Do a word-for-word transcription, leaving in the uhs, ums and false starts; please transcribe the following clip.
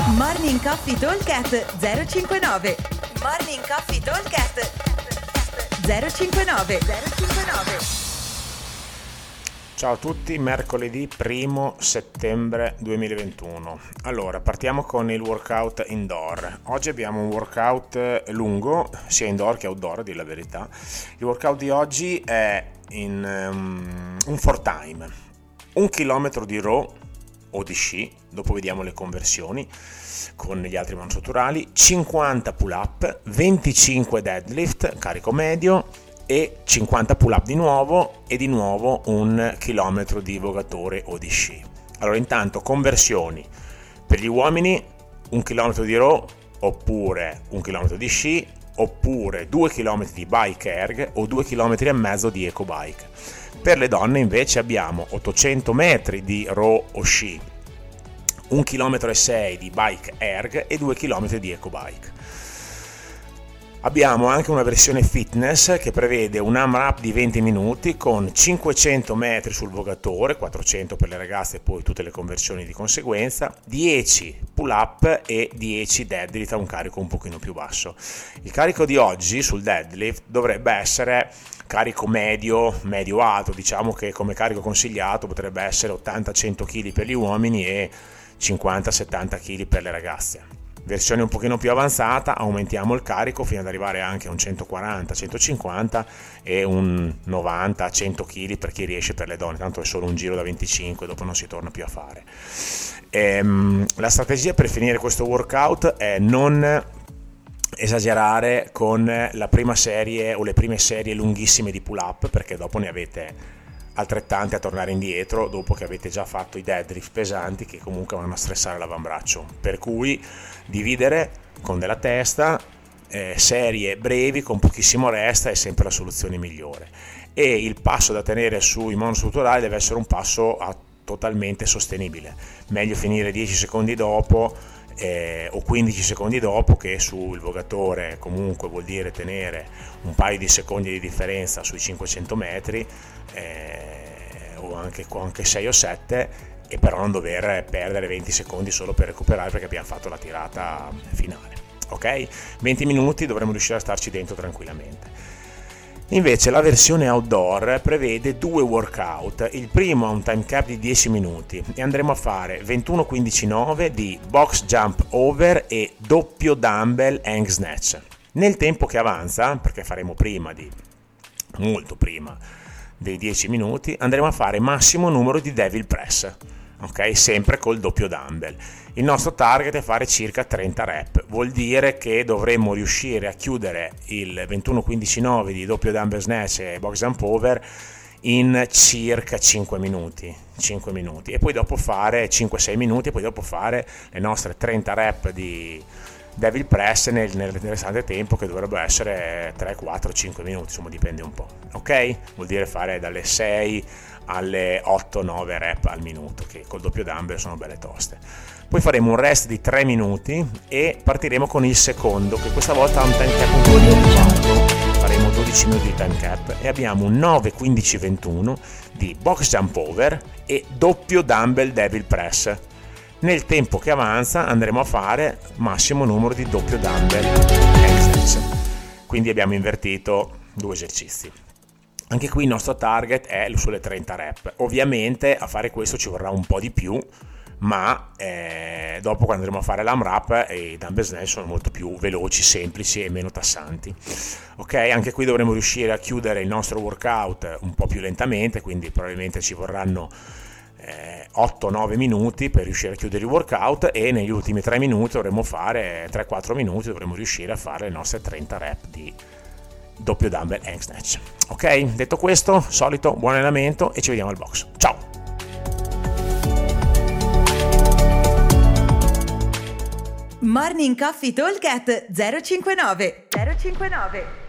Morning Coffee Talk zero cinquantanove. Morning Coffee Talk zero cinquantanove. zero cinquantanove. Ciao a tutti, mercoledì primo settembre duemilaventuno. Allora, partiamo con il workout indoor. Oggi abbiamo un workout lungo, sia indoor che outdoor, a dire la verità. Il workout di oggi è in um, un four time, un chilometro di row o di sci, dopo vediamo le conversioni con gli altri monostrutturali, cinquanta pull up, venticinque deadlift, carico medio, e cinquanta pull up di nuovo e di nuovo un chilometro di vogatore o di sci. Allora, intanto conversioni per gli uomini: un chilometro di row oppure un chilometro di sci, oppure due chilometri di bike erg o due chilometri e mezzo di eco bike. Per le donne invece abbiamo ottocento metri di row o sci, un chilometro e sei di bike erg e due chilometri di eco bike. Abbiamo anche una versione fitness che prevede un AMRAP di venti minuti con cinquecento metri sul vogatore, quattrocento per le ragazze e poi tutte le conversioni di conseguenza, dieci pull up e dieci deadlift a un carico un pochino più basso. Il carico di oggi sul deadlift dovrebbe essere carico medio, medio alto, diciamo che come carico consigliato potrebbe essere ottanta cento chili per gli uomini e cinquanta settanta chili per le ragazze. Versione un pochino più avanzata, aumentiamo il carico fino ad arrivare anche a un centoquaranta centocinquanta e un novanta cento chili per chi riesce, per le donne, tanto è solo un giro da venticinque, dopo non si torna più a fare. Ehm, la strategia per finire questo workout è non esagerare con la prima serie o le prime serie lunghissime di pull up, perché dopo ne avete altrettante a tornare indietro dopo che avete già fatto i deadlift pesanti che comunque vanno a stressare l'avambraccio. Per cui dividere con della testa, eh, serie brevi con pochissimo rest è sempre la soluzione migliore, e il passo da tenere sui monostrutturali deve essere un passo a, totalmente sostenibile. Meglio finire dieci secondi dopo eh, o quindici secondi dopo, che sul vogatore comunque vuol dire tenere un paio di secondi di differenza sui cinquecento metri, eh, o anche, anche sei o sette, e però non dover perdere venti secondi solo per recuperare perché abbiamo fatto la tirata finale. Ok? venti minuti dovremo riuscire a starci dentro tranquillamente. Invece la versione outdoor prevede due workout. Il primo ha un time cap di dieci minuti e andremo a fare ventuno quindici nove di box jump over e doppio dumbbell hang snatch. Nel tempo che avanza, perché faremo prima di molto prima dei dieci minuti, andremo a fare massimo numero di devil press, ok? Sempre col doppio dumbbell. Il nostro target è fare circa trenta rep, vuol dire che dovremmo riuscire a chiudere il ventuno quindici nove di doppio dumbbell snatch e box jump over in circa cinque minuti, cinque minuti, e poi dopo fare cinque sei minuti, e poi dopo fare le nostre trenta rep di devil press nel, nel restante tempo, che dovrebbe essere tre quattro cinque minuti, insomma dipende un po', ok? Vuol dire fare dalle sei alle otto nove rep al minuto, che col doppio dumbbell sono belle toste. Poi faremo un rest di tre minuti e partiremo con il secondo, che questa volta ha un time cap un po' più lungo. Faremo dodici minuti di time cap e abbiamo un nove quindici ventuno di box jump over e doppio dumbbell devil press. Nel tempo che avanza andremo a fare massimo numero di doppio dumbbell exercise. Quindi abbiamo invertito due esercizi. Anche qui il nostro target è sulle trenta rep. Ovviamente a fare questo ci vorrà un po' di più, ma eh, dopo, quando andremo a fare l'AMRAP, i dumbbell snatch sono molto più veloci, semplici e meno tassanti. Ok, anche qui dovremo riuscire a chiudere il nostro workout un po' più lentamente, quindi probabilmente ci vorranno eh, otto nove minuti per riuscire a chiudere il workout, e negli ultimi tre minuti dovremo fare tre quattro minuti, dovremo riuscire a fare le nostre trenta rep di doppio dumbbell hang snatch. Ok, detto questo, solito buon allenamento e ci vediamo al box. Ciao! Morning Coffee Talk zero cinquantanove. zero cinquantanove.